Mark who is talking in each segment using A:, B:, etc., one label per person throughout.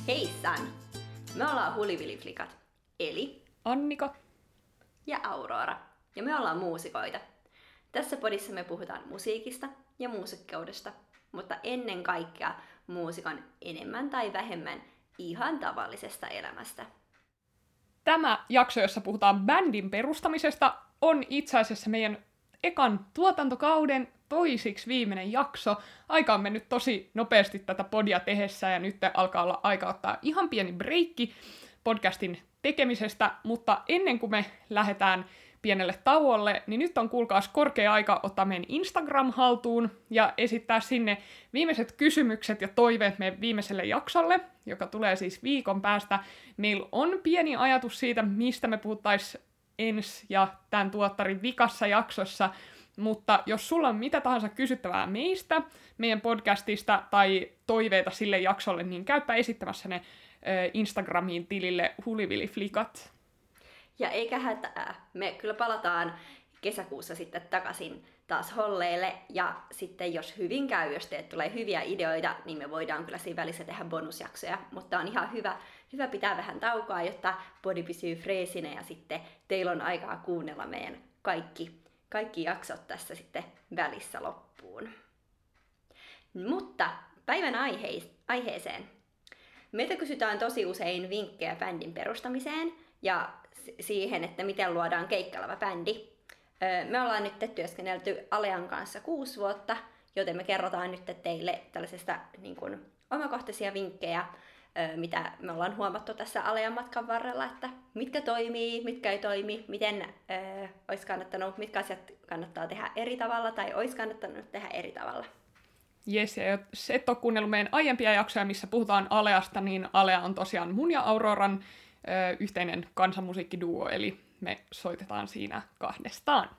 A: Heissan! Me ollaan Huliviliflikat, eli
B: Annika
A: ja Aurora, ja me ollaan muusikoita. Tässä podissa me puhutaan musiikista ja muusikkoudesta, mutta ennen kaikkea muusikon enemmän tai vähemmän ihan tavallisesta elämästä.
B: Tämä jakso, jossa puhutaan bändin perustamisesta, on itse asiassa meidän ekan tuotantokauden toisiksi viimeinen jakso. Aika on mennyt tosi nopeasti tätä podia tehessä ja nyt alkaa olla aika ottaa ihan pieni breikki podcastin tekemisestä, mutta ennen kuin me lähdetään pienelle tauolle, niin nyt on kuulkaas korkea aika ottaa meidän Instagram haltuun ja esittää sinne viimeiset kysymykset ja toiveet meidän viimeiselle jaksolle, joka tulee siis viikon päästä. Meillä on pieni ajatus siitä, mistä me puhuttaisiin ensi ja tämän tuottarin vikassa jaksossa, mutta jos sulla on mitä tahansa kysyttävää meistä, meidän podcastista tai toiveita sille jaksolle, niin käypä esittämässä ne Instagramiin tilille Huliviliflikat.
A: Ja eikä hätää, me kyllä palataan kesäkuussa sitten takaisin taas holleille, ja sitten jos hyvin käy, jos teille tulee hyviä ideoita, niin me voidaan kyllä siinä välissä tehdä bonusjaksoja, mutta on ihan hyvä pitää vähän taukoa, jotta body pysyy freesinä, ja sitten teillä on aikaa kuunnella meidän kaikki jaksot tässä sitten välissä loppuun. Mutta päivän aiheeseen. Meiltä kysytään tosi usein vinkkejä bändin perustamiseen ja siihen, että miten luodaan keikkalava bändi. Me ollaan nyt työskennelty Alean kanssa 6 vuotta, joten me kerrotaan nyt teille tällaisesta niin kuin omakohtaisia vinkkejä, mitä me ollaan huomattu tässä Alean matkan varrella, että mitkä toimii, mitkä ei toimi, miten olisi kannattanut, mitkä asiat kannattaa tehdä eri tavalla tai olisi kannattanut tehdä eri tavalla.
B: Jes, ja jos et ole kuunnellut meidän aiempia jaksoja, missä puhutaan Aleasta, niin Alea on tosiaan mun ja Auroran yhteinen kansanmusiikkiduo, eli me soitetaan siinä kahdestaan.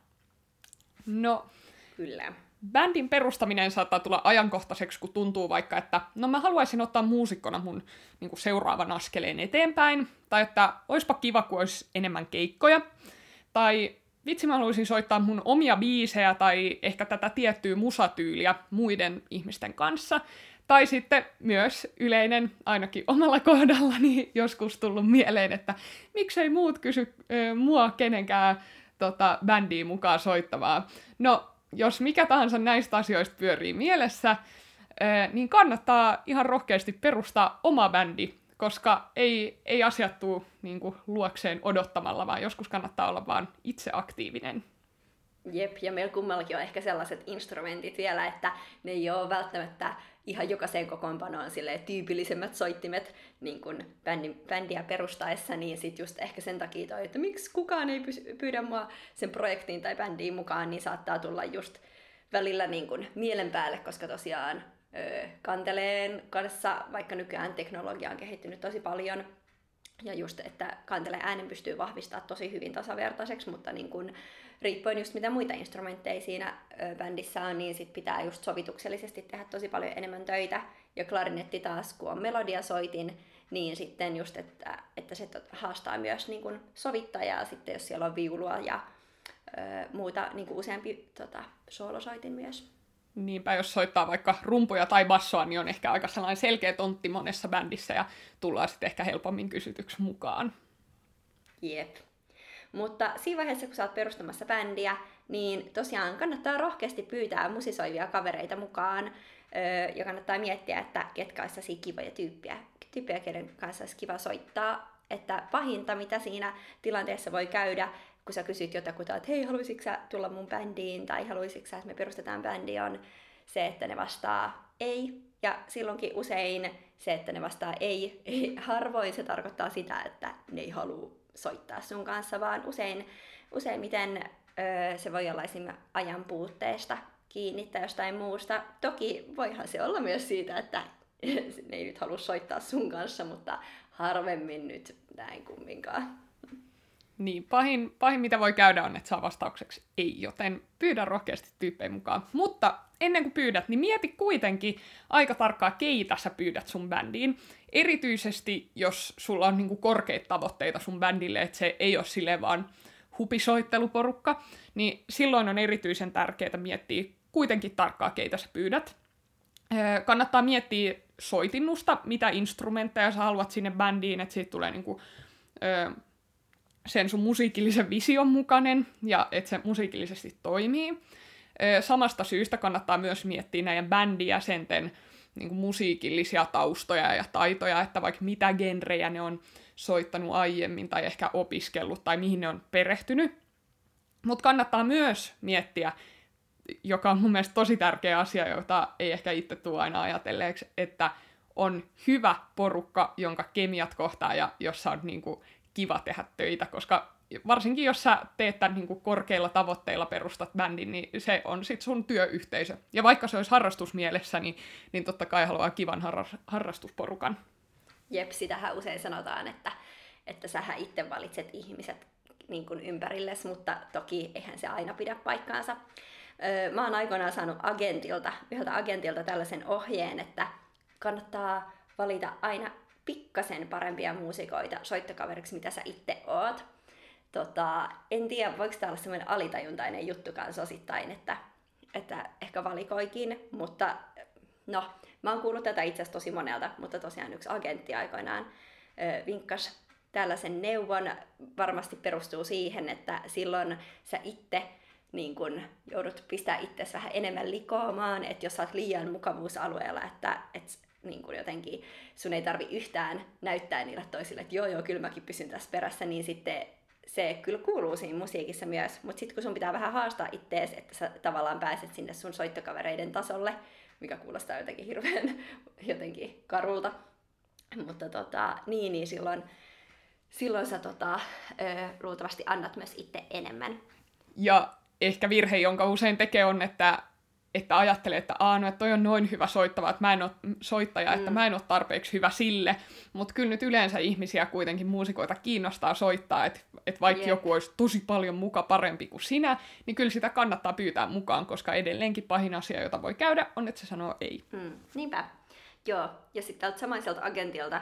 B: No,
A: kyllä.
B: Bändin perustaminen saattaa tulla ajankohtaiseksi, kun tuntuu vaikka, että no mä haluaisin ottaa muusikkona mun niin kuin seuraavan askeleen eteenpäin, tai että oispa kiva, kun olisi enemmän keikkoja, tai vitsi mä haluaisin soittaa mun omia biisejä, tai ehkä tätä tiettyä musatyyliä muiden ihmisten kanssa, tai sitten myös yleinen, ainakin omalla kohdallani joskus tullut mieleen, että miksei muut kysy mua kenenkään bändiin mukaan soittavaa. No, jos mikä tahansa näistä asioista pyörii mielessä, niin kannattaa ihan rohkeasti perustaa oma bändi, koska ei asiat tule niin kuin luokseen odottamalla, vaan joskus kannattaa olla vaan itse aktiivinen.
A: Jep, ja meillä kummallakin on ehkä sellaiset instrumentit vielä, että ne ei ole välttämättä ihan jokaiseen kokoonpanoon silleen tyypillisemmät soittimet niin kuin bändiä perustaessa, niin sit just ehkä sen takia toi, että miksi kukaan ei pyydä mua sen projektiin tai bändiin mukaan, niin saattaa tulla just välillä niin kuin mielen päälle, koska tosiaan kanteleen kanssa, vaikka nykyään teknologia on kehittynyt tosi paljon, ja just, että kanteleen äänen pystyy vahvistamaan tosi hyvin tasavertaiseksi, mutta niin kun, riippuen just mitä muita instrumentteja siinä bändissä on, niin sit pitää just sovituksellisesti tehdä tosi paljon enemmän töitä. Ja klarinetti taas, kun on melodiasoitin, niin sitten just, että se haastaa myös niin kun sovittajaa sitten, jos siellä on viulua ja muuta niin kun useampi soolosoitin myös.
B: Niinpä, jos soittaa vaikka rumpuja tai bassoa, niin on ehkä aika sellainen selkeä tontti monessa bändissä ja tullaan sitten ehkä helpommin kysytyksi mukaan.
A: Jep. Mutta siinä vaiheessa, kun sä oot perustamassa bändiä, niin tosiaan kannattaa rohkeasti pyytää musisoivia kavereita mukaan ja kannattaa miettiä, että ketkä olisi sellaisia kivoja tyyppejä, keiden kanssa olisi kiva soittaa. Että pahinta, mitä siinä tilanteessa voi käydä, kun sä kysyt jotakuta, että hei, haluaisitko sä tulla mun bändiin, tai haluaisitko sä, että me perustetaan bändi, on se, että ne vastaa ei. Ja silloinkin usein se, että ne vastaa ei, harvoin se tarkoittaa sitä, että ne ei halua soittaa sun kanssa, vaan useimmiten se voi olla esimerkiksi ajan puutteesta kiinni tai jostain muusta. Toki voihan se olla myös siitä, että ne ei nyt halua soittaa sun kanssa, mutta harvemmin nyt näin kumminkaan.
B: Niin, pahin mitä voi käydä on, että saa vastaukseksi ei, joten pyydä rohkeasti tyyppejä mukaan. Mutta ennen kuin pyydät, niin mieti kuitenkin aika tarkkaan, keitä sä pyydät sun bändiin. Erityisesti, jos sulla on niinku korkeita tavoitteita sun bändille, että se ei ole silleen vaan hupisoitteluporukka, niin silloin on erityisen tärkeää miettiä kuitenkin tarkkaan, keitä sä pyydät. Kannattaa miettiä soitinnusta, mitä instrumentteja sä haluat sinne bändiin, että siitä tulee niinku, sen sun musiikillisen vision mukainen, ja että se musiikillisesti toimii. Samasta syystä kannattaa myös miettiä näiden bändijäsenten niin kuin musiikillisia taustoja ja taitoja, että vaikka mitä genrejä ne on soittanut aiemmin tai ehkä opiskellut tai mihin ne on perehtynyt. Mutta kannattaa myös miettiä, joka on mun mielestä tosi tärkeä asia, jota ei ehkä itse tule aina ajatelleeksi, että on hyvä porukka, jonka kemiat kohtaa ja jossa on niin kuin kiva tehdä töitä, koska varsinkin jos sä teet tämän niin kuin korkeilla tavoitteilla perustat bändin, niin se on sit sun työyhteisö. Ja vaikka se olisi harrastusmielessä, niin totta kai haluaa kivan harrastusporukan.
A: Jep, sitähän usein sanotaan, että sähän itse valitset ihmiset niin kuin ympärillesi, mutta toki eihän se aina pidä paikkaansa. Mä oon aikoinaan saanut yhdeltä agentilta tällaisen ohjeen, että kannattaa valita aina pikkasen parempia muusikoita soittokaveriksi, mitä sä itse oot. En tiedä, voiko tämä olla semmoinen alitajuntainen juttu kanssa osittain, että ehkä valikoikin, mutta no, mä oon kuullut tätä itse asiassa tosi monelta, mutta tosiaan yksi agentti aikoinaan vinkkasi tällaisen neuvon. Varmasti perustuu siihen, että silloin sä itse niin kun joudut pistää itsesi vähän enemmän likoamaan, että jos sä oot liian mukavuusalueella, että niin kun jotenkin sun ei tarvi yhtään näyttää niille toisille, että joo, kyllä mäkin pysyn tässä perässä, niin sitten se kyllä kuuluu siinä musiikissa myös, mutta sitten kun sun pitää vähän haastaa ittees, että sä tavallaan pääset sinne sun soittokavereiden tasolle, mikä kuulostaa jotenkin hirveän jotenkin karulta, mutta niin silloin sä luultavasti annat myös itse enemmän.
B: Ja ehkä virhe, jonka usein tekee, on, että ajattelee, että että toi on noin hyvä soittava, että mä en ole soittaja, että mä en ole tarpeeksi hyvä sille, mutta kyllä nyt yleensä ihmisiä kuitenkin muusikoita kiinnostaa soittaa, että vaikka joku olisi tosi paljon muka parempi kuin sinä, niin kyllä sitä kannattaa pyytää mukaan, koska edelleenkin pahin asia, jota voi käydä, on, että se sanoo ei.
A: Niinpä. Joo, ja sitten tältä samaiselta agentilta,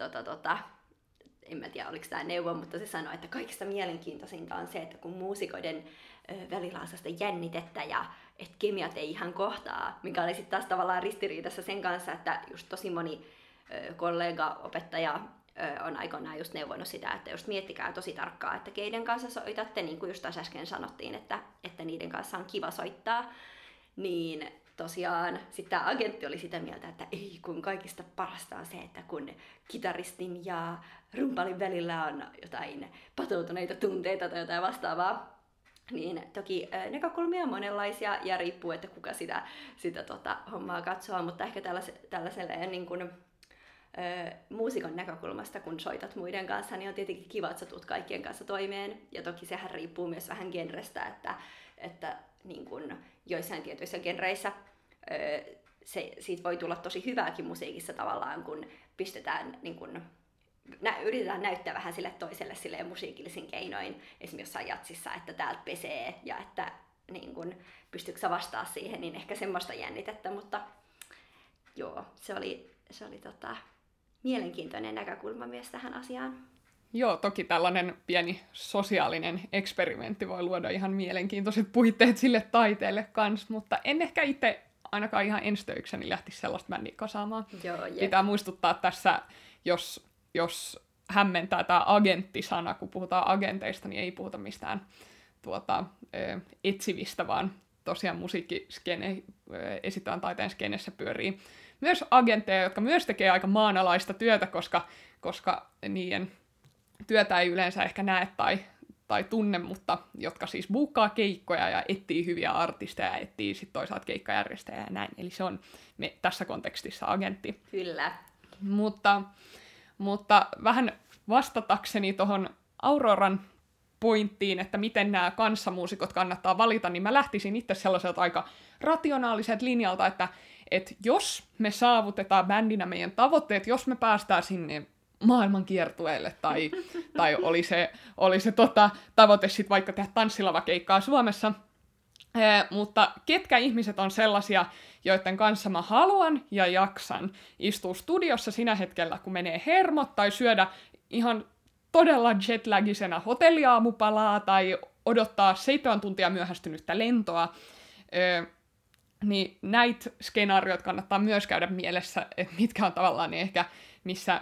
A: en mä tiedä oliko tämä neuvo, mutta se sanoi, että kaikista mielenkiintoisinta on se, että kun muusikoiden välillä on sellaista jännitettä ja että kemiat ei ihan kohtaa, mikä oli sitten taas tavallaan ristiriidassa sen kanssa, että just tosi moni kollega, opettaja on aikoinaan just neuvonut sitä, että just miettikää tosi tarkkaan, että keiden kanssa soitatte, niin kuin just taas äsken sanottiin, että niiden kanssa on kiva soittaa, niin tosiaan sitten tämä agentti oli sitä mieltä, että ei, kun kaikista parasta on se, että kun kitaristin ja rumpalin välillä on jotain patoutuneita tunteita tai jotain vastaavaa, niin toki näkökulmia on monenlaisia ja riippuu, että kuka sitä hommaa katsoo, mutta ehkä tällaiselle niin kuin, muusikon näkökulmasta, kun soitat muiden kanssa, niin on tietenkin kiva, että sä tulet kaikkien kanssa toimeen. Ja toki sehän riippuu myös vähän genrestä, että niin kuin joissain tietyissä genreissä siitä voi tulla tosi hyvääkin musiikissa tavallaan, kun pistetään niin kuin, yritetään näyttää vähän sille toiselle silleen musiikillisin keinoin, esimerkiksi jossain jatsissa, että täältä pesee ja että niin kun, pystyykö sä vastaa siihen, niin ehkä semmoista jännitettä, mutta joo, se oli mielenkiintoinen näkökulma myös tähän asiaan.
B: Joo, toki tällainen pieni sosiaalinen eksperimentti voi luoda ihan mielenkiintoiset puitteet sille taiteelle kanssa, mutta en ehkä itse ainakaan ihan ensitöikseni lähtisi sellaista bändiä kasaamaan.
A: Joo,
B: pitää muistuttaa tässä, jos hämmentää tämä agenttisana, kun puhutaan agenteista, niin ei puhuta mistään etsivistä, vaan tosiaan musiikkiskene, esittävän taiteen skenessä pyörii myös agentteja, jotka myös tekee aika maanalaista työtä, koska niiden työtä ei yleensä ehkä näe tai tunne, mutta jotka siis buukkaa keikkoja ja etsii hyviä artisteja ja etsii sitten toisaalta keikkajärjestäjä ja näin. Eli se on tässä kontekstissa agentti.
A: Kyllä.
B: Mutta vähän vastatakseni tuohon Auroran pointtiin, että miten nämä kanssamuusikot kannattaa valita, niin mä lähtisin itse sellaiselta aika rationaaliselta linjalta, että jos me saavutetaan bändinä meidän tavoitteet, jos me päästään sinne maailman kiertueelle, tai oli se tavoite sitten vaikka tehdä tanssilavikeikkaa Suomessa, mutta ketkä ihmiset on sellaisia, joiden kanssa mä haluan ja jaksan istua studiossa sinä hetkellä, kun menee hermot, tai syödä ihan todella jetlagisena hotelliaamupalaa, tai odottaa 7 tuntia myöhästynyttä lentoa, Niin näitä skenaarioita kannattaa myös käydä mielessä, että mitkä on tavallaan ne ehkä, missä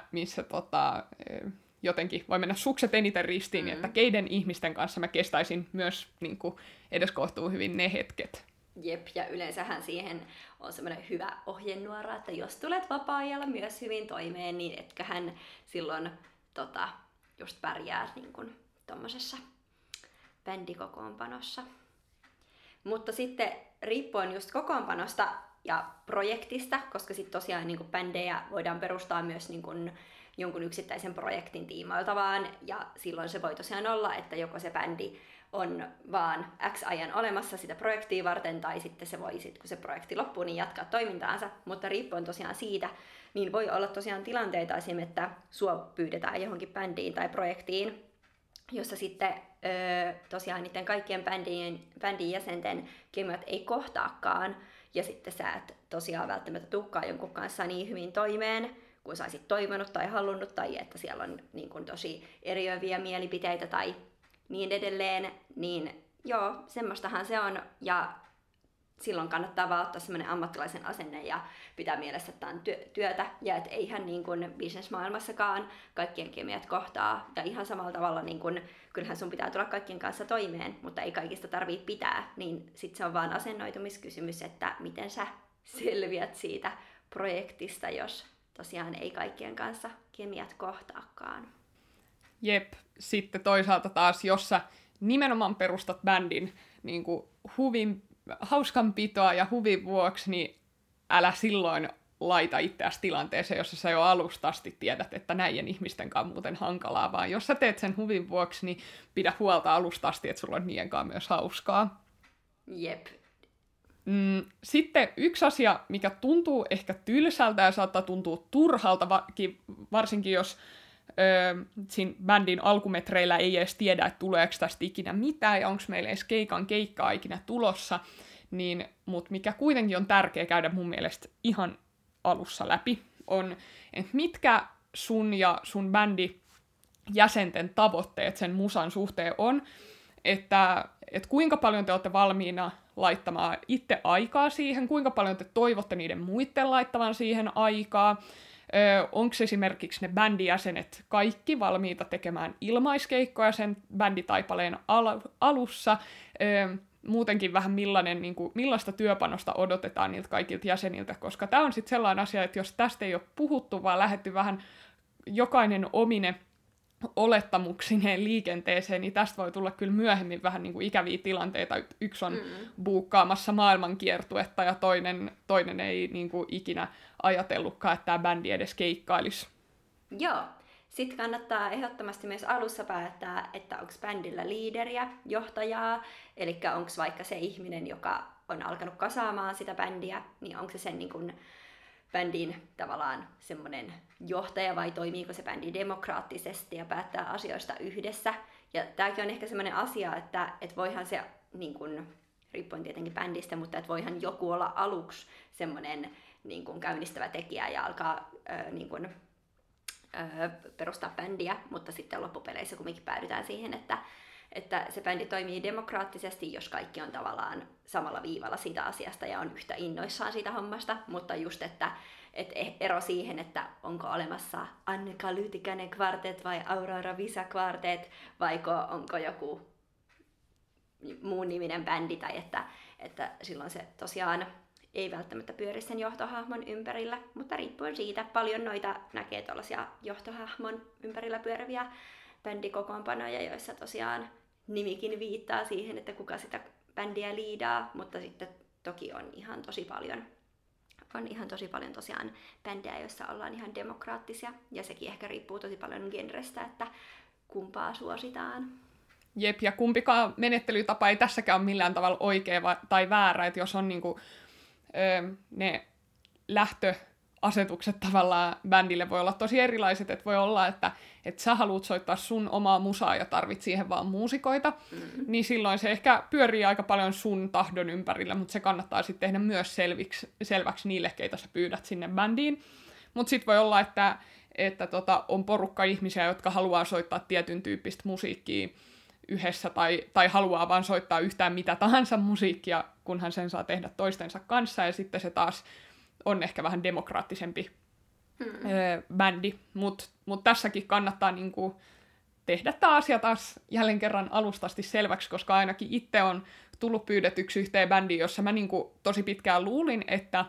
B: jotenkin voi mennä sukset eniten ristiin, että keiden ihmisten kanssa mä kestäisin myös niin kuin, edes kohtuu hyvin ne hetket.
A: Jep, ja yleensähän siihen on semmoinen hyvä ohjenuora, että jos tulet vapaa-ajalla myös hyvin toimeen, niin etköhän silloin just pärjää niin kuin tommosessa bändikokoonpanossa. Mutta sitten riippuen just kokoonpanosta ja projektista, koska sitten tosiaan niin kuin bändejä voidaan perustaa myös niin kuin jonkun yksittäisen projektin tiimoilta vaan, ja silloin se voi tosiaan olla, että joko se bändi on vaan X ajan olemassa sitä projektia varten, tai sitten se voi, kun se projekti loppuu, niin jatkaa toimintaansa, mutta riippuen tosiaan siitä, niin voi olla tosiaan tilanteita esimerkiksi, että sua pyydetään johonkin bändiin tai projektiin, jossa sitten tosiaan niiden kaikkien bändin jäsenten kemiat ei kohtaakaan, ja sitten sä et tosiaan välttämättä tulekaan jonkun kanssa niin hyvin toimeen, kun sä olisit toivonut tai halunnut, tai että siellä on niin kuin tosi eriäviä mielipiteitä tai niin edelleen, niin joo, semmoistahan se on, ja silloin kannattaa vaan ottaa semmoinen ammattilaisen asenne ja pitää mielessä, että tämä on työtä, ja että eihän niin kuin business-maailmassakaan kaikkien kemiat kohtaa, ja ihan samalla tavalla, niin kuin, kyllähän sun pitää tulla kaikkien kanssa toimeen, mutta ei kaikista tarvitse pitää, niin sitten se on vaan asennoitumiskysymys, että miten sä selviät siitä projektista, jos tosiaan ei kaikkien kanssa kemiat kohtaakaan.
B: Jep, sitten toisaalta taas, jos sä nimenomaan perustat bändin niin kuin hauskanpitoa ja huvin vuoksi, niin älä silloin laita itseäsi tilanteeseen, jossa sä jo alusta asti tiedät, että näiden ihmisten kanssa on muuten hankalaa, vaan jos sä teet sen huvin vuoksi, niin pidä huolta alusta asti, että sulla on niiden kanssa myös hauskaa.
A: Jep.
B: Sitten yksi asia, mikä tuntuu ehkä tylsältä ja saattaa tuntua turhalta, varsinkin jos siinä bändin alkumetreillä ei edes tiedä, että tuleeko tästä ikinä mitään ja onko meillä edes keikkaa ikinä tulossa, niin, mutta mikä kuitenkin on tärkeää käydä mun mielestä ihan alussa läpi, on, että mitkä sun ja sun bändin jäsenten tavoitteet sen musan suhteen on, että kuinka paljon te olette valmiina laittamaan itse aikaa siihen, kuinka paljon te toivotte niiden muiden laittavan siihen aikaa, onko esimerkiksi ne bändijäsenet kaikki valmiita tekemään ilmaiskeikkoja sen bänditaipaleen alussa, muutenkin vähän millaista työpanosta odotetaan niiltä kaikilta jäseniltä, koska tämä on sitten sellainen asia, että jos tästä ei ole puhuttu, vaan lähdetty vähän jokainen omine olettamuksineen liikenteeseen, niin tästä voi tulla kyllä myöhemmin vähän niin kuin ikäviä tilanteita. Yksi on buukkaamassa maailmankiertuetta ja toinen ei niin kuin ikinä ajatellutkaan, että tämä bändi edes keikkailisi.
A: Joo. Sitten kannattaa ehdottomasti myös alussa päättää, että onko bändillä liideriä, johtajaa, eli onko vaikka se ihminen, joka on alkanut kasaamaan sitä bändiä, niin onko se sen niin kuin bändin tavallaan semmoinen johtaja vai toimiiko se bändi demokraattisesti ja päättää asioista yhdessä. Ja tämäkin on ehkä semmoinen asia, että voihan se, niin kuin, riippuen tietenkin bändistä, mutta että voihan joku olla aluksi semmoinen niin kuin käynnistävä tekijä ja alkaa niin kuin, perustaa bändiä, mutta sitten loppupeleissä kumminkin päädytään siihen, että se bändi toimii demokraattisesti, jos kaikki on tavallaan samalla viivalla siitä asiasta ja on yhtä innoissaan siitä hommasta, mutta just, että ero siihen, että onko olemassa Annika Lyytikäinen kvartet vai Aurora Visa kvartet, vaiko onko joku muun niminen bändi, tai että silloin se tosiaan ei välttämättä pyöri sen johtohahmon ympärillä, mutta riippuen siitä, paljon noita näkee tuollaisia johtohahmon ympärillä pyöriviä bändikokoonpanoja, joissa tosiaan nimikin viittaa siihen, että kuka sitä bändiä liidaa, mutta sitten toki on ihan tosi paljon tosiaan bändejä, joissa ollaan ihan demokraattisia, ja sekin ehkä riippuu tosi paljon genrestä, että kumpaa suositaan.
B: Jep, ja kumpikaan menettelytapa ei tässäkään ole millään tavalla oikea tai väärä, että jos on niinku, ne lähtöasetukset tavallaan bändille voi olla tosi erilaiset, että voi olla, että sä haluat soittaa sun omaa musaa ja tarvit siihen vaan muusikoita, niin silloin se ehkä pyörii aika paljon sun tahdon ympärillä, mutta se kannattaa sitten tehdä myös selväksi niille, keitä sä pyydät sinne bändiin. Mutta sitten voi olla, että on porukka ihmisiä, jotka haluaa soittaa tietyn tyyppistä musiikkia yhdessä tai haluaa vaan soittaa yhtään mitä tahansa musiikkia, kunhan sen saa tehdä toistensa kanssa, ja sitten se taas on ehkä vähän demokraattisempi bändi, mutta tässäkin kannattaa niinku tehdä tämä asia taas jälleen kerran alustasti selväksi, koska ainakin itse on tullut pyydetyksi yhteen bändiin, jossa mä niinku tosi pitkään luulin, että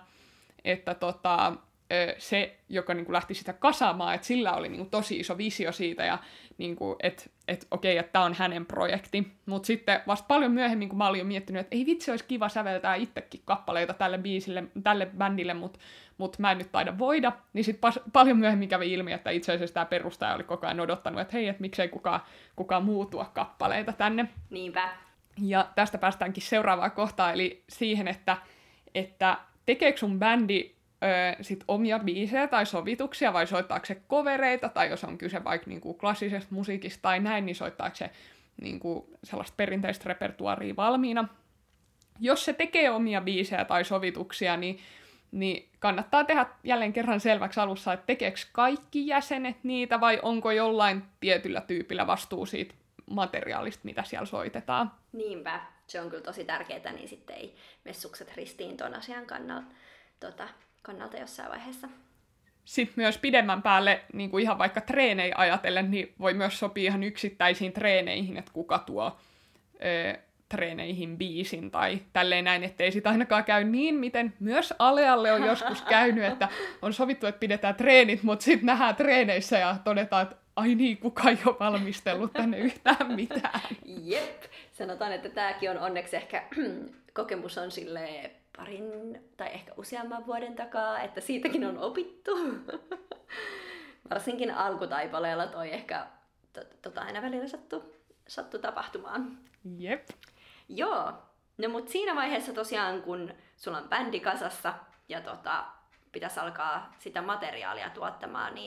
B: se, joka niinku lähti sitä kasaamaan, että sillä oli niinku tosi iso visio siitä, ja niinku, että okei, että tämä on hänen projekti. Mutta sitten vasta paljon myöhemmin, kun mä olin jo miettinyt, että ei vitsi, olisi kiva säveltää itsekin kappaleita tälle bändille, mutta mä en nyt taida voida, niin sitten paljon myöhemmin kävi ilmi, että itse asiassa tämä perustaja oli koko ajan odottanut, että hei, että miksei kukaan muu tuo kappaleita tänne.
A: Niinpä.
B: Ja tästä päästäänkin seuraavaan kohtaan, eli siihen, että tekeekö sun bändi sit omia biisejä tai sovituksia, vai soittaako se covereita, tai jos on kyse vaikka niinku klassisesta musiikista tai näin, niin soittaako se niinku sellaista perinteistä repertuaaria valmiina. Jos se tekee omia biisejä tai sovituksia, niin kannattaa tehdä jälleen kerran selväksi alussa, että tekeekö kaikki jäsenet niitä, vai onko jollain tietyllä tyypillä vastuu siitä materiaalista, mitä siellä soitetaan.
A: Niinpä, se on kyllä tosi tärkeää, niin sitten ei messukset ristiin ton asian kannalta jossain vaiheessa.
B: Sitten myös pidemmän päälle, niin kuin ihan vaikka treenejä ajatellen, niin voi myös sopia ihan yksittäisiin treeneihin, että kuka tuo treeneihin biisin tai tälleen näin, ettei sit ainakaan käy niin, miten myös Alealle on joskus käynyt, että on sovittu, että pidetään treenit, mutta sitten nähdään treeneissä ja todetaan, että ai niin, kukaan ei ole valmistellut tänne yhtään mitään.
A: Jep, sanotaan, että tämäkin on onneksi ehkä kokemus on silleen parin tai ehkä useamman vuoden takaa, että siitäkin on opittu. Varsinkin alkutaipaleella toi ehkä aina välillä sattu tapahtumaan.
B: Jep.
A: Joo, no mut siinä vaiheessa tosiaan, kun sulla on bändi kasassa ja pitäisi alkaa sitä materiaalia tuottamaan,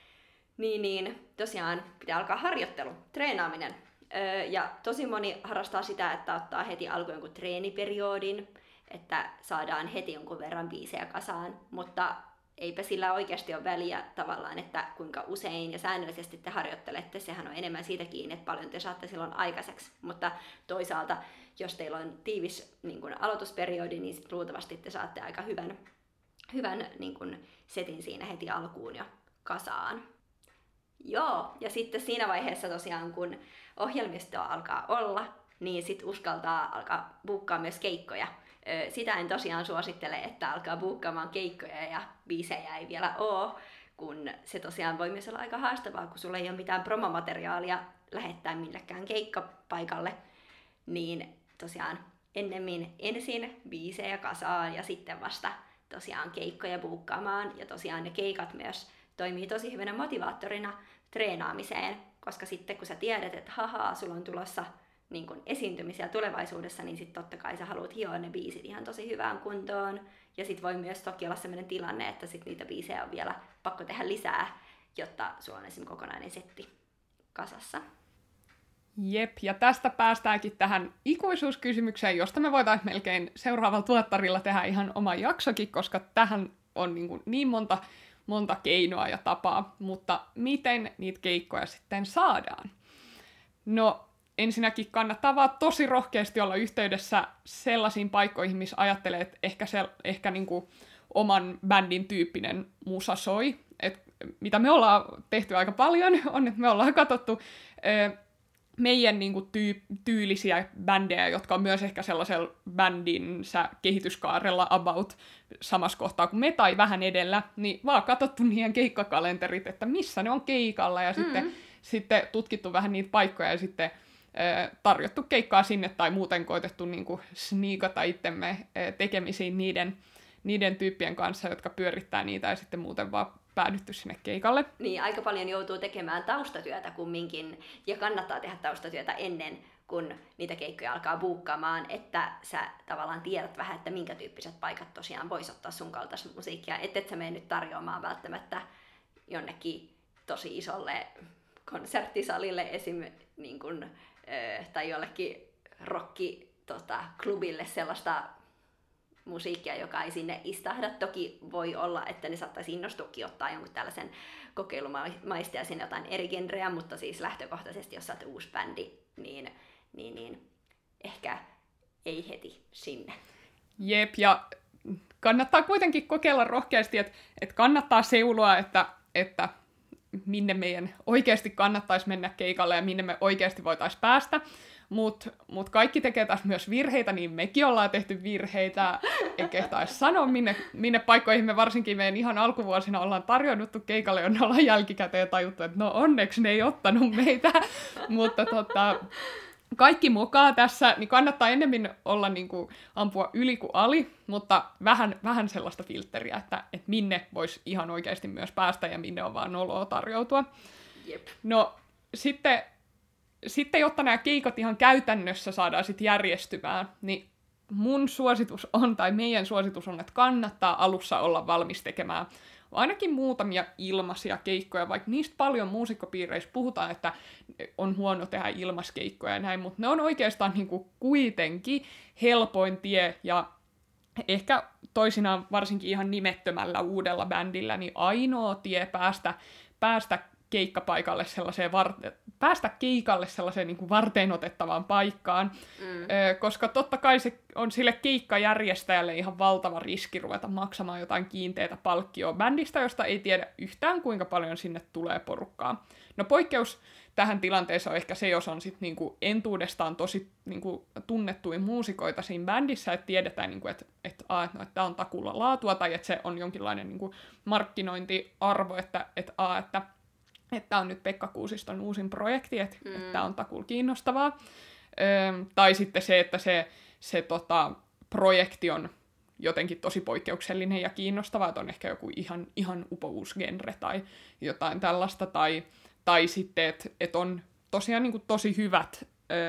A: niin tosiaan pitää alkaa harjoittelu, treenaaminen. Ja tosi moni harrastaa sitä, että ottaa heti alkuun jonkun treeniperiodin, että saadaan heti jonkun verran biisejä kasaan, mutta eipä sillä oikeasti ole väliä tavallaan, että kuinka usein ja säännöllisesti te harjoittelette. Sehän on enemmän siitä kiinni, että paljon te saatte silloin aikaiseksi. Mutta toisaalta, jos teillä on tiivis niin kun aloitusperiodi, niin sit luultavasti te saatte aika hyvän niin kun setin siinä heti alkuun jo kasaan. Joo, ja sitten siinä vaiheessa tosiaan, kun ohjelmistoa alkaa olla, niin sitten uskaltaa alkaa buukkaa myös keikkoja. Sitä en tosiaan suosittele, että alkaa buukkaamaan keikkoja ja biisejä ei vielä ole, kun se tosiaan voi myös olla aika haastavaa, kun sulla ei ole mitään promomateriaalia lähettää millekään keikkapaikalle, niin tosiaan ennemmin ensin biisejä kasaan ja sitten vasta tosiaan keikkoja buukkaamaan. Ja tosiaan ne keikat myös toimii tosi hyvänä motivaattorina treenaamiseen, koska sitten kun sä tiedät, että sulla on tulossa niin kun esiintymisiä tulevaisuudessa, niin sitten totta kai sä haluat hioa ne biisit ihan tosi hyvään kuntoon. Ja sitten voi myös toki olla sellainen tilanne, että sit niitä biisejä on vielä pakko tehdä lisää, jotta sulla on esimerkiksi kokonainen setti kasassa.
B: Jep, ja tästä päästäänkin tähän ikuisuuskysymykseen, josta me voitaisiin melkein seuraavalla tuottarilla tehdä ihan oma jaksokin, koska tähän on niin monta keinoa ja tapaa, mutta miten niitä keikkoja sitten saadaan? No, ensinnäkin kannattaa vaan tosi rohkeasti olla yhteydessä sellaisiin paikkoihin, missä ajattelee, että ehkä niinku oman bändin tyyppinen musa soi. Et mitä me ollaan tehty aika paljon, on, että me ollaan katsottu meidän niinku tyylisiä bändejä, jotka on myös ehkä sellaisella bändinsä kehityskaarella about samassa kohtaa kuin me tai vähän edellä, niin vaan katsottu niiden keikkakalenterit, että missä ne on keikalla, ja sitten tutkittu vähän niitä paikkoja ja sitten tarjottu keikkaa sinne tai muuten koitettu niinku sniikata itsemme tekemisiin niiden tyyppien kanssa, jotka pyörittää niitä, ja sitten muuten vaan päädytty sinne keikalle.
A: Niin, aika paljon joutuu tekemään taustatyötä kumminkin, ja kannattaa tehdä taustatyötä ennen kun niitä keikkoja alkaa buukkaamaan, että sä tavallaan tiedät vähän, että minkä tyyppiset paikat tosiaan vois ottaa sun kaltaista musiikkia, et sä mene nyt tarjoamaan välttämättä jonnekin tosi isolle konserttisalille esim. Niin kun, tai jollekin klubille sellaista musiikkia, joka ei sinne istahda. Toki voi olla, että ne saattaisi innostuakin ottaa jonkun tällaisen kokeilumaista ja sinne jotain eri genreä, mutta siis lähtökohtaisesti, jos sä oot uusi bändi, niin ehkä ei heti sinne.
B: Jep, ja kannattaa kuitenkin kokeilla rohkeasti, että kannattaa seuloa, että minne meidän oikeasti kannattaisi mennä keikalle ja minne me oikeasti voitaisiin päästä. Mut kaikki tekee taas myös virheitä, niin mekin ollaan tehty virheitä. En kehtaisi sanoa, minne paikkoihin me varsinkin meidän ihan alkuvuosina ollaan tarjouduttu keikalle, jonne ollaan jälkikäteen tajuttu, että no onneksi ne ei ottanut meitä. Mutta kaikki mukaan tässä, niin kannattaa enemmän olla niin kuin, ampua yli kuin ali, mutta vähän sellaista filtteriä, että minne voisi ihan oikeasti myös päästä ja minne on vaan noloa tarjoutua.
A: Jep.
B: No sitten jotta nämä keikat ihan käytännössä saadaan sitten järjestymään, niin mun suositus on, tai meidän suositus on, että kannattaa alussa olla valmis tekemään ainakin muutamia ilmaisia keikkoja, vaikka niistä paljon muusikkopiireissä puhutaan, että on huono tehdä ilmaskeikkoja ja näin, mutta ne on oikeastaan niinku kuitenkin helpoin tie, ja ehkä toisinaan varsinkin ihan nimettömällä uudella bändillä, niin ainoa tie päästä keikkapaikalle sellaiseen päästä keikalle sellaiseen niin kuin varteenotettavaan paikkaan, koska totta kai se on sille keikkajärjestäjälle ihan valtava riski ruveta maksamaan jotain kiinteitä palkkioa bändistä, josta ei tiedä yhtään kuinka paljon sinne tulee porukkaa. No poikkeus tähän tilanteeseen on ehkä se, jos on sitten niinku entuudestaan tosi niinku tunnettuja muusikoita siinä bändissä, että tiedetään, niinku, että tämä on takuulla laatua, tai että se on jonkinlainen niinku markkinointiarvo, että tämä on nyt Pekka Kuusiston uusin projekti, että tämä on takuulla kiinnostavaa. Tai sitten se, että se projekti on jotenkin tosi poikkeuksellinen ja kiinnostava, että on ehkä joku ihan upouus genre tai jotain tällaista, tai sitten, että on tosiaan niin kuin tosi hyvät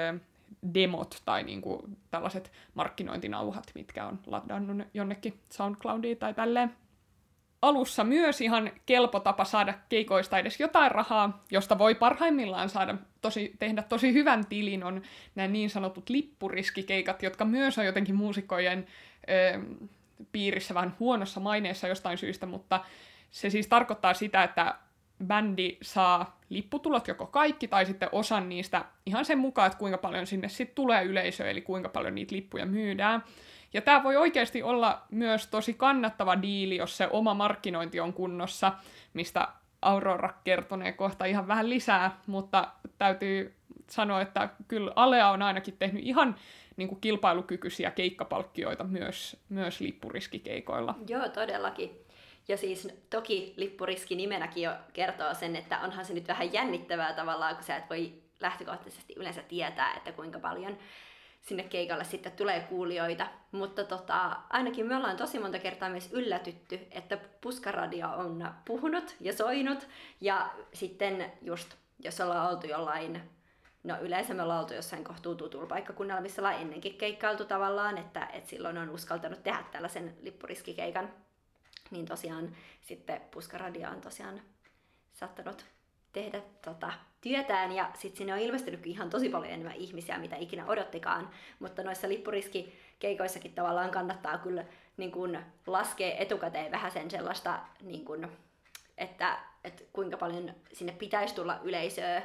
B: demot tai niin kuin tällaiset markkinointinauhat, mitkä on ladannut jonnekin SoundCloudiin tai tälleen. Alussa myös ihan kelpo tapa saada keikoista edes jotain rahaa, josta voi parhaimmillaan tehdä tosi hyvän tilin, on nämä niin sanotut lippuriskikeikat, jotka myös on jotenkin muusikkojen piirissä vähän huonossa maineessa jostain syystä, mutta se siis tarkoittaa sitä, että bändi saa lipputulot joko kaikki tai sitten osan niistä ihan sen mukaan, että kuinka paljon sinne sitten tulee yleisöä, eli kuinka paljon niitä lippuja myydään. Ja tämä voi oikeasti olla myös tosi kannattava diili, jos se oma markkinointi on kunnossa, mistä Aurora kertonee kohta ihan vähän lisää, mutta täytyy sanoa, että kyllä Alea on ainakin tehnyt ihan niin kuin kilpailukykyisiä keikkapalkkioita myös lippuriskikeikoilla.
A: Joo, todellakin. Ja siis toki lippuriski nimenäkin jo kertoo sen, että onhan se nyt vähän jännittävää tavallaan, kun sä et voi lähtökohtaisesti yleensä tietää, että kuinka paljon sinne keikalle sitten tulee kuulijoita, mutta ainakin me ollaan tosi monta kertaa myös yllätytty, että Puskaradio on puhunut ja soinut, ja sitten just, jos ollaan oltu jollain, no yleensä me ollaan oltu jossain kohtuu tutulla paikkakunnalla, missä ollaan ennenkin keikkailtu tavallaan, että silloin on uskaltanut tehdä tällaisen lippuriskikeikan, niin tosiaan sitten Puskaradio on tosiaan saattanut tehdä työtään, ja sitten sinne on ilmestynyt ihan tosi paljon enemmän ihmisiä, mitä ikinä odottikaan, mutta noissa lippuriskikeikoissakin tavallaan kannattaa kyllä niin kun laskea etukäteen vähän sen sellaista, niin kun, että kuinka paljon sinne pitäisi tulla yleisöä,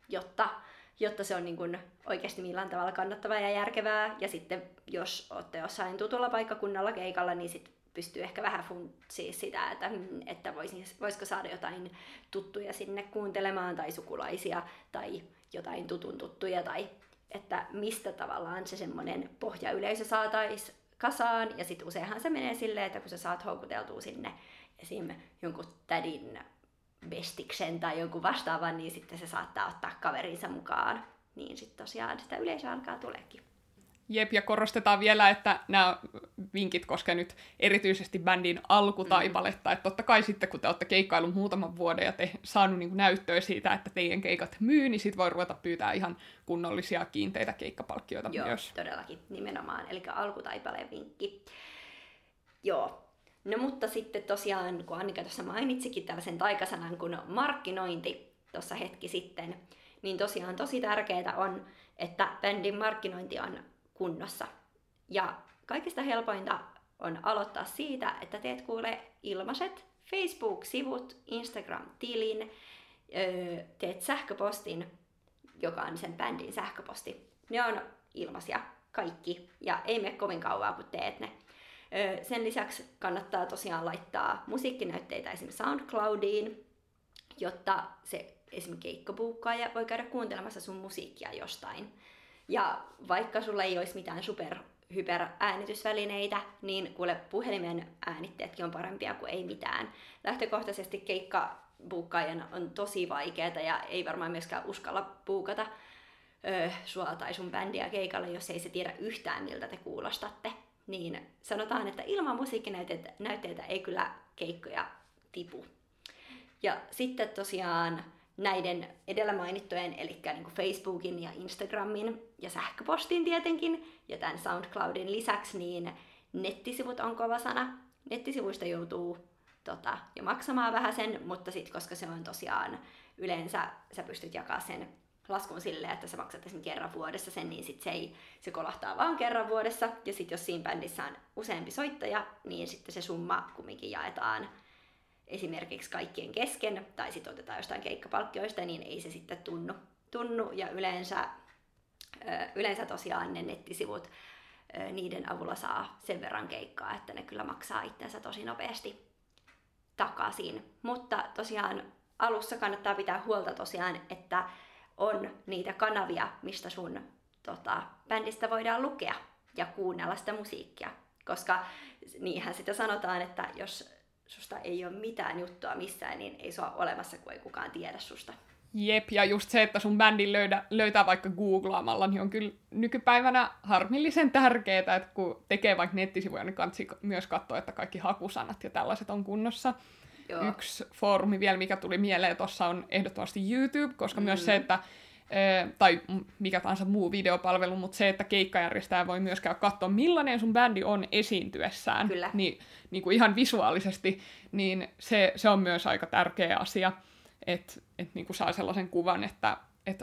A: jotta se on niin kun oikeasti millään tavalla kannattavaa ja järkevää, ja sitten jos olette jossain tutulla paikkakunnalla keikalla, niin sitten pystyy ehkä vähän funtsiin sitä, että voisiko saada jotain tuttuja sinne kuuntelemaan tai sukulaisia tai jotain tutun tuttuja tai että mistä tavallaan se semmoinen pohjayleisö saataisiin kasaan. Ja sitten useinhan se menee silleen, että kun sä saat houkuteltua sinne esim. Jonkun tädin bestiksen tai jonkun vastaavan, niin sitten se saattaa ottaa kaverinsa mukaan. Niin sitten tosiaan sitä yleisöä alkaa tuleekin.
B: Jep, ja korostetaan vielä, että nämä vinkit koskevat nyt erityisesti bändin alkutaipaletta, että totta kai sitten, kun te olette keikkaillut muutaman vuoden ja te saanut niin kuin näyttöä siitä, että teidän keikat myy, niin sitten voi ruveta pyytää ihan kunnollisia kiinteitä keikkapalkkioita myös.
A: Joo, todellakin, nimenomaan, eli alkutaipaleen vinkki. Joo, no mutta sitten tosiaan, kun Annika tuossa mainitsikin tällaisen taikasanan kuin markkinointi tuossa hetki sitten, niin tosiaan tosi tärkeää on, että bändin markkinointi on kunnossa. Ja kaikista helpointa on aloittaa siitä, että teet kuule ilmaiset Facebook-sivut, Instagram-tilin, teet sähköpostin joka on sen bändin sähköposti. Ne on ilmaisia kaikki ja ei mene kovin kauan kun teet ne. Sen lisäksi kannattaa tosiaan laittaa musiikkinäytteitä esimerkiksi SoundCloudiin, jotta se esimerkiksi keikkabuukkaaja voi käydä kuuntelemassa sun musiikkia jostain. Ja vaikka sulla ei olisi mitään hyperäänitysvälineitä, niin kuule puhelimen äänitteetkin on parempia kuin ei mitään. Lähtökohtaisesti keikkabuukkaajan on tosi vaikeaa ja ei varmaan myöskään uskalla buukata sua tai sun bändiä keikalle, jos ei se tiedä yhtään miltä te kuulostatte. Niin sanotaan, että ilman musiikkinäytteitä ei kyllä keikkoja tipu. Ja sitten tosiaan näiden edellä mainittujen, eli niin kuin Facebookin ja Instagramin ja sähköpostin tietenkin, ja tämän SoundCloudin lisäksi, niin nettisivut on kova sana. Nettisivuista joutuu jo maksamaan vähän sen, mutta sitten koska se on tosiaan yleensä, sä pystyt jakamaan sen laskun silleen, että sä maksat esimerkiksi kerran vuodessa sen, niin sit se kolahtaa vaan kerran vuodessa, ja sitten jos siinä bändissä on useampi soittaja, niin sitten se summa kumminkin jaetaan esimerkiksi kaikkien kesken, tai sitten otetaan jostain keikkapalkkioista, niin ei se sitten tunnu. Ja yleensä tosiaan ne nettisivut, niiden avulla saa sen verran keikkaa, että ne kyllä maksaa itsensä tosi nopeasti takaisin. Mutta tosiaan alussa kannattaa pitää huolta tosiaan, että on niitä kanavia, mistä sun bändistä voidaan lukea ja kuunnella sitä musiikkia. Koska niinhän sitä sanotaan, että jos susta ei ole mitään juttua missään, niin ei se ole olemassa, kun ei kukaan tiedä susta.
B: Jep, ja just se, että sun bändin löytää vaikka googlaamalla, niin on kyllä nykypäivänä harmillisen tärkeää, että kun tekee vaikka nettisivuja, niin kannattaa myös katsoa, että kaikki hakusanat ja tällaiset on kunnossa. Joo. Yksi foorumi vielä, mikä tuli mieleen tuossa on ehdottomasti YouTube, koska myös se, että tai mikä tahansa muu videopalvelu, mutta se, että keikkajärjestäjä voi myös käydä katsoa, millainen sun bändi on esiintyessään, niin kuin ihan visuaalisesti, niin se on myös aika tärkeä asia, että niin kuin saa sellaisen kuvan, että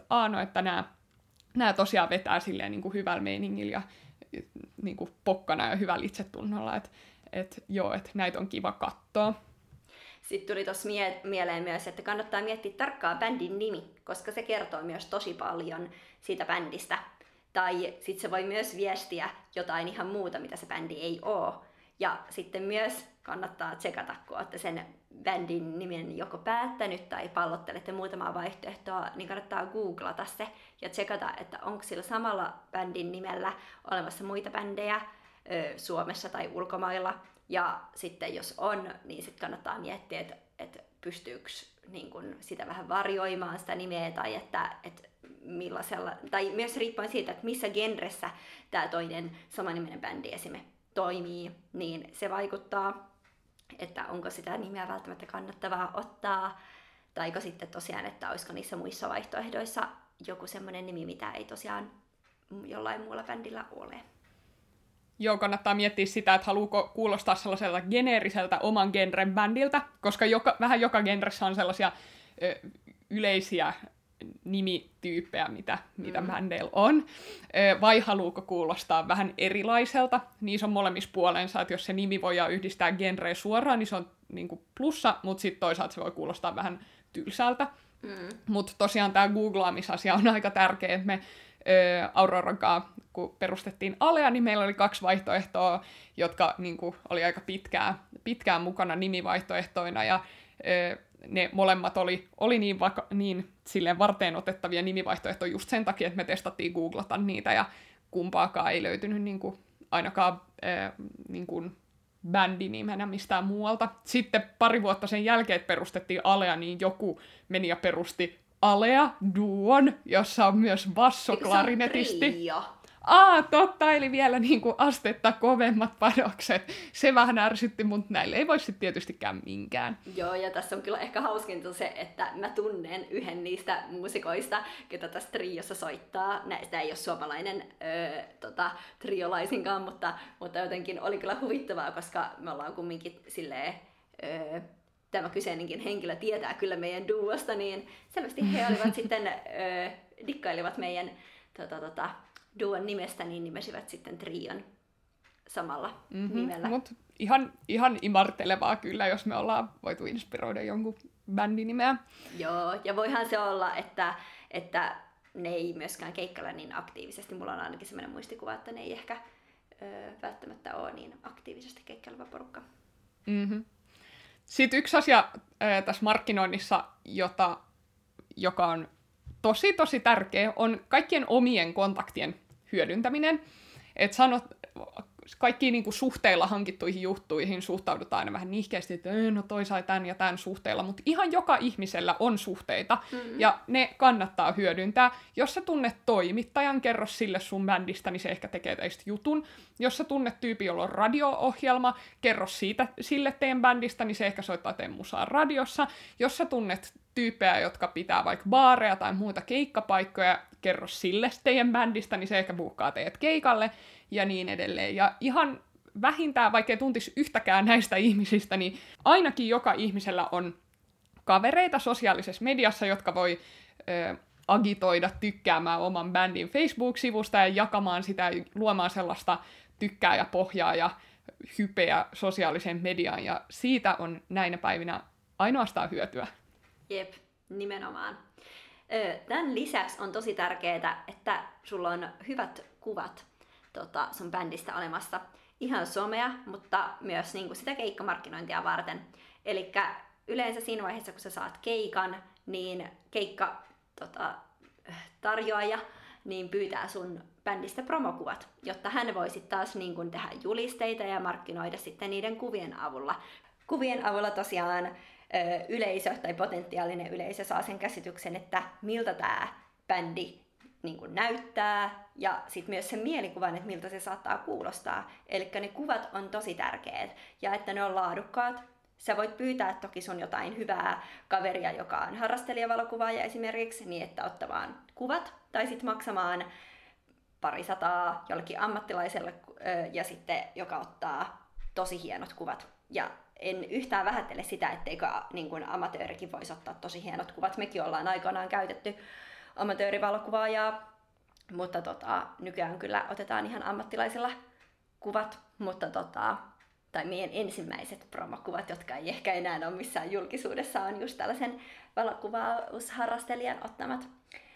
B: nämä tosiaan vetää silleen niin kuin hyvällä meiningillä ja niin kuin pokkana ja hyvällä itsetunnolla, että näitä on kiva katsoa.
A: Sitten tuli tuossa mieleen myös, että kannattaa miettiä tarkkaan bändin nimi, koska se kertoo myös tosi paljon siitä bändistä. Tai sitten se voi myös viestiä jotain ihan muuta, mitä se bändi ei ole. Ja sitten myös kannattaa tsekata, kun olette sen bändin nimen joko päättänyt tai pallottelette muutamaa vaihtoehtoa, niin kannattaa googlata se ja tsekata, että onko sillä samalla bändin nimellä olemassa muita bändejä Suomessa tai ulkomailla. Ja sitten jos on, niin sitten kannattaa miettiä, että pystyykö niin kun sitä vähän varjoimaan sitä nimeä tai että millaisella, tai myös riippuen siitä, että missä genressä tämä toinen samaniminen bändi esimerkiksi toimii, niin se vaikuttaa, että onko sitä nimeä välttämättä kannattavaa ottaa, taiko sitten tosiaan, että olisiko niissä muissa vaihtoehdoissa joku semmoinen nimi, mitä ei tosiaan jollain muulla bändillä ole.
B: Joo, kannattaa miettiä sitä, että haluuko kuulostaa sellaiselta geneeriseltä oman genren bändiltä, koska vähän joka genressä on sellaisia yleisiä nimityyppejä, mitä bändeillä on. Vai haluuko kuulostaa vähän erilaiselta. Niissä on molemmissa puolensa, että jos se nimi voidaan yhdistää genreen suoraan, niin se on niin kuin plussa, mutta sitten toisaalta se voi kuulostaa vähän tylsältä. Mutta tosiaan tämä googlaamisasia on aika tärkeä, että me Auroran kanssa, kun perustettiin Alea, niin meillä oli 2 vaihtoehtoa, jotka niin kuin, oli aika pitkään mukana nimivaihtoehtoina, ja ne molemmat oli niin silleen varteen otettavia nimivaihtoehtoja just sen takia, että me testattiin googlata niitä, ja kumpaakaan ei löytynyt niin kuin, ainakaan niin kuin bändinimenä mistään muualta. Sitten pari vuotta sen jälkeen, että perustettiin Alea, niin joku meni ja perusti Alea Duon, jossa on myös bassoklarinetisti. Totta, eli vielä niinku astetta kovemmat panokset. Se vähän ärsytti, mutta näille ei voi sitten tietystikään minkään.
A: Joo, ja tässä on kyllä ehkä hauskinta se, että mä tunnen yhden niistä muusikoista, ketä tässä triossa soittaa. Näistä ei ole suomalainen triolaisinkaan, mutta jotenkin oli kyllä huvittavaa, koska me ollaan kumminkin silleen... tämä kyseinenkin henkilö tietää kyllä meidän duosta, niin selvästi he olivat sitten, dikkailivat meidän duon nimestä, niin nimesivät sitten trion samalla nimellä.
B: Mutta ihan imartelevaa kyllä, jos me ollaan voitu inspiroida jonkun bändin nimeä.
A: Joo, ja voihan se olla, että ne ei myöskään keikkailla niin aktiivisesti. Mulla on ainakin sellainen muistikuva, että ne ei ehkä välttämättä ole niin aktiivisesti keikkaileva porukka.
B: Mm-hmm. Sitten yksi asia tässä markkinoinnissa, joka on tosi tärkeä, on kaikkien omien kontaktien hyödyntäminen. Että kaikkiin niin kuin suhteilla hankittuihin juttuihin suhtaudutaan aina vähän nihkeästi, että no toi sai tämän ja tämän suhteella, mutta ihan joka ihmisellä on suhteita, ja ne kannattaa hyödyntää. Jos sä tunnet toimittajan, kerro sille sun bändistä, niin se ehkä tekee teistä jutun. Jos sä tunnet tyypin, jolla on radio-ohjelma, kerro siitä sille teidän bändistä, niin se ehkä soittaa teidän musaa radiossa. Jos sä tunnet tyyppejä, jotka pitää vaikka baareja tai muita keikkapaikkoja, kerro sille teidän bändistä, niin se ehkä buukkaa teidät keikalle, ja niin edelleen. Ja ihan vähintään, vaikka ei tuntisi yhtäkään näistä ihmisistä, niin ainakin joka ihmisellä on kavereita sosiaalisessa mediassa, jotka voi agitoida tykkäämään oman bändin Facebook-sivusta ja jakamaan sitä ja luomaan sellaista tykkää ja pohjaa ja hypeä sosiaaliseen mediaan. Ja siitä on näinä päivinä ainoastaan hyötyä.
A: Jep, nimenomaan. Tämän lisäksi on tosi tärkeää, että sulla on hyvät kuvat sun bändistä olemassa. Ihan somea, mutta myös niin kuin sitä keikkamarkkinointia varten. Eli yleensä siinä vaiheessa, kun sä saat keikan, niin tarjoaja niin pyytää sun bändistä promokuvat, jotta hän voi sitten taas niin kuin tehdä julisteita ja markkinoida sitten niiden kuvien avulla. Kuvien avulla tosiaan yleisö tai potentiaalinen yleisö saa sen käsityksen, että miltä tämä bändi niin kuin näyttää, ja sitten myös sen mielikuvan, että miltä se saattaa kuulostaa. Eli ne kuvat on tosi tärkeät, ja että ne on laadukkaat. Sä voit pyytää toki sun jotain hyvää kaveria, joka on harrastelijavalokuvaaja esimerkiksi, niin että ottamaan kuvat, tai sitten maksamaan 200 jollekin ammattilaiselle, ja sitten joka ottaa tosi hienot kuvat. Ja en yhtään vähättele sitä, etteikö niin kuin amatöörikin voisi ottaa tosi hienot kuvat. Mekin ollaan aikoinaan käytetty amatöörivalokuvaajaa, mutta nykyään kyllä otetaan ihan ammattilaisilla kuvat, mutta tai meidän ensimmäiset promokuvat, jotka ei ehkä enää ole missään julkisuudessa, on just tällaisen valokuvausharrastelijan ottamat.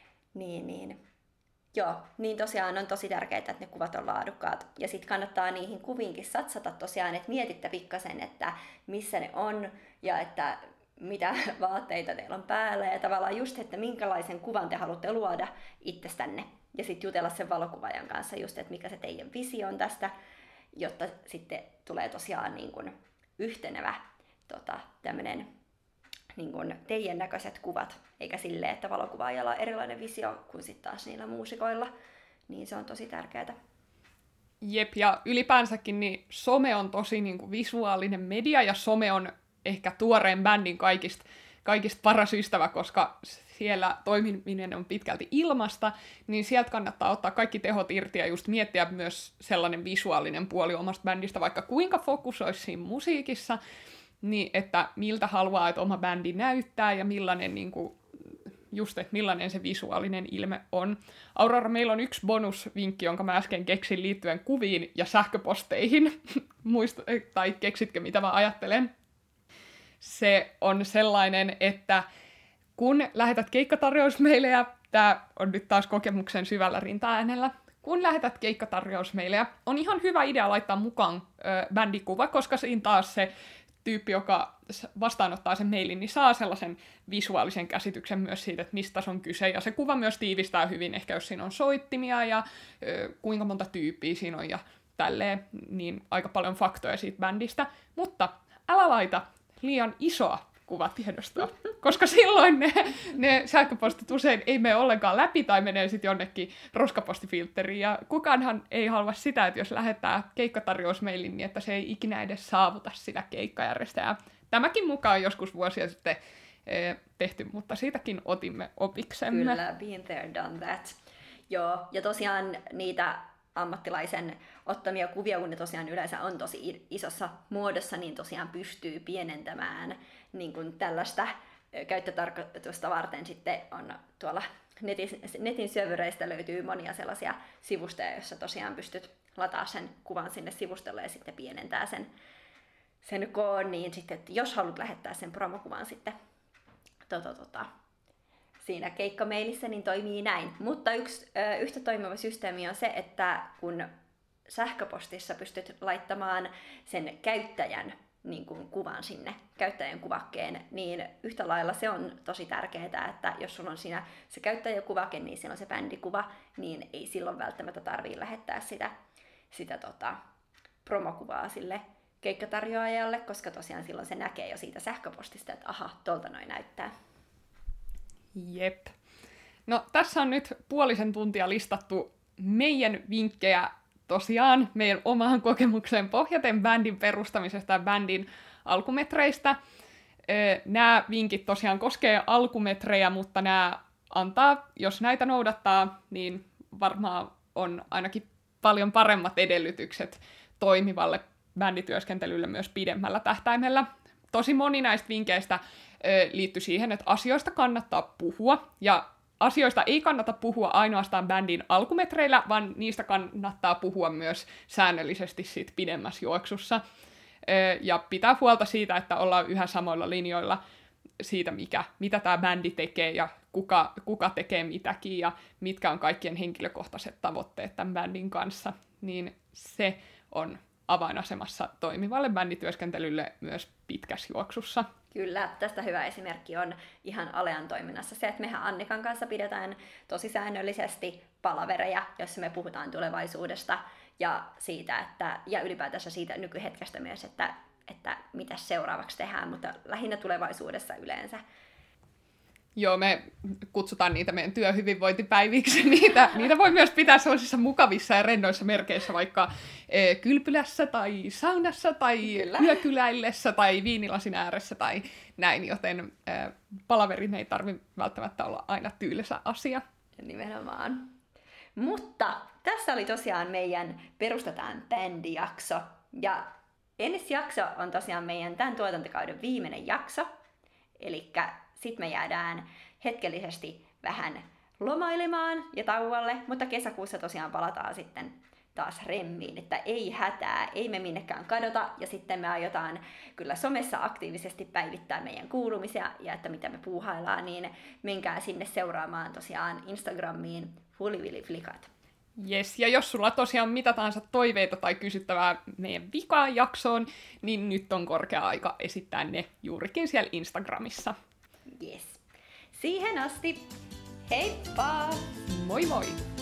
A: Niin tosiaan on tosi tärkeää, että ne kuvat on laadukkaat. Ja sitten kannattaa niihin kuviinkin satsata tosiaan, että mietitte pikkasen, että missä ne on ja että mitä vaatteita teillä on päällä ja tavallaan just, että minkälaisen kuvan te haluatte luoda itsestänne. Ja sitten jutella sen valokuvaajan kanssa just, että mikä se teidän visio on tästä, jotta sitten tulee tosiaan niin kuin yhtenevä tämmöinen niin kuin teidän näköiset kuvat, eikä silleen, että valokuvaajalla on erilainen visio kuin sitten taas niillä muusikoilla. Niin se on tosi tärkeää.
B: Jep, ja ylipäänsäkin niin some on tosi niin kuin visuaalinen media, ja some on ehkä tuoreen bändin kaikista paras ystävä, koska siellä toimiminen on pitkälti ilmasta, niin sieltä kannattaa ottaa kaikki tehot irti ja just miettiä myös sellainen visuaalinen puoli omasta bändistä, vaikka kuinka fokusoisi siinä musiikissa, niin että miltä haluaa, että oma bändi näyttää ja millainen, niin kuin, just, että millainen se visuaalinen ilme on. Aurora, meillä on yksi bonusvinkki, jonka mä äsken keksin liittyen kuviin ja sähköposteihin. Tai keksitkö, mitä mä ajattelen? Se on sellainen, että kun lähetät keikkatarjousmeilejä, tämä on nyt taas kokemuksen syvällä rintaäänellä, kun lähetät keikkatarjousmeilejä, on ihan hyvä idea laittaa mukaan bändikuva, koska siinä taas se tyyppi, joka vastaanottaa sen mailin, niin saa sellaisen visuaalisen käsityksen myös siitä, että mistä on kyse. Ja se kuva myös tiivistää hyvin, ehkä jos siinä on soittimia ja kuinka monta tyyppiä siinä on ja tälleen, niin aika paljon faktoja siitä bändistä. Mutta älä laita liian isoa kuvatiedostoa, koska silloin ne sähköpostit usein ei mene ollenkaan läpi tai menee sitten jonnekin roskapostifiltteriin. Ja kukaanhan ei halua sitä, että jos lähettää keikkatarjousmailin, niin että se ei ikinä edes saavuta sitä keikkajärjestäjää. Tämäkin mukaan joskus vuosia sitten tehty, mutta siitäkin otimme opiksemme.
A: Kyllä, been there, done that. Joo, ja tosiaan niitä ammattilaisen ottamia kuvia, kun ne tosiaan yleensä on tosi isossa muodossa, niin tosiaan pystyy pienentämään niin kuin tällaista käyttötarkoitusta varten. Sitten on tuolla netin syövereistä löytyy monia sellaisia sivustoja, joissa tosiaan pystyt lataa sen kuvan sinne sivustolle ja sitten pienentää sen koon, niin sitten, että jos haluat lähettää sen promokuvan sitten siinä keikkameilissä, niin toimii näin. Mutta yhtä toimiva systeemi on se, että kun sähköpostissa pystyt laittamaan sen käyttäjän niin kuin kuvan sinne, käyttäjän kuvakkeen, niin yhtä lailla se on tosi tärkeää, että jos sulla on siinä se käyttäjäkuvake, niin siinä on se bändikuva, niin ei silloin välttämättä tarvitse lähettää sitä promokuvaa sille keikkatarjoajalle, koska tosiaan silloin se näkee jo siitä sähköpostista, että aha, tolta noin näyttää.
B: Jep. No tässä on nyt puolisen tuntia listattu meidän vinkkejä tosiaan meidän omaan kokemukseen pohjaten bändin perustamisesta ja bändin alkumetreistä. Nämä vinkit tosiaan koskee alkumetrejä, mutta nämä antaa, jos näitä noudattaa, niin varmaan on ainakin paljon paremmat edellytykset toimivalle bändityöskentelylle myös pidemmällä tähtäimellä. Tosi moni näistä vinkkeistä liittyy siihen, että asioista kannattaa puhua, ja asioista ei kannata puhua ainoastaan bändin alkumetreillä, vaan niistä kannattaa puhua myös säännöllisesti sit pidemmässä juoksussa. Ja pitää huolta siitä, että ollaan yhä samoilla linjoilla siitä, mitä tämä bändi tekee ja kuka tekee mitäkin ja mitkä on kaikkien henkilökohtaiset tavoitteet tämän bändin kanssa. Niin se on avainasemassa toimivalle bändityöskentelylle myös pitkässä juoksussa.
A: Kyllä, tästä hyvä esimerkki on ihan Alean toiminnassa se, että mehän Annikan kanssa pidetään tosi säännöllisesti palavereja, jossa me puhutaan tulevaisuudesta ja siitä, ja ylipäätänsä siitä nykyhetkestä myös, että mitä seuraavaksi tehdään, mutta lähinnä tulevaisuudessa yleensä.
B: Joo, me kutsutaan niitä meidän työhyvinvointipäiviksi. Niitä voi myös pitää sellaisissa mukavissa ja rennoissa merkeissä, vaikka kylpylässä tai saunassa tai yökyläillessä tai viinilasin ääressä tai näin, joten palaverin ei tarvitse välttämättä olla aina tyylensä asia.
A: Nimenomaan. Mutta tässä oli tosiaan meidän Perustetaan bändi-jakso. Ja ensi jakso on tosiaan meidän tämän tuotantokauden viimeinen jakso. Elikkä sitten me jäädään hetkellisesti vähän lomailemaan ja tauolle, mutta kesäkuussa tosiaan palataan sitten taas remmiin, että ei hätää, ei me minnekään kadota, ja sitten me aiotaan kyllä somessa aktiivisesti päivittää meidän kuulumisia, ja että mitä me puuhaillaan, niin menkää sinne seuraamaan tosiaan Instagramiin Hulivili-flikat.
B: Jes, ja jos sulla tosiaan mitä tahansa toiveita tai kysyttävää meidän vikaan jaksoon, niin nyt on korkea aika esittää ne juurikin siellä Instagramissa.
A: Yes. Siihen asti, heippa!
B: Moi moi!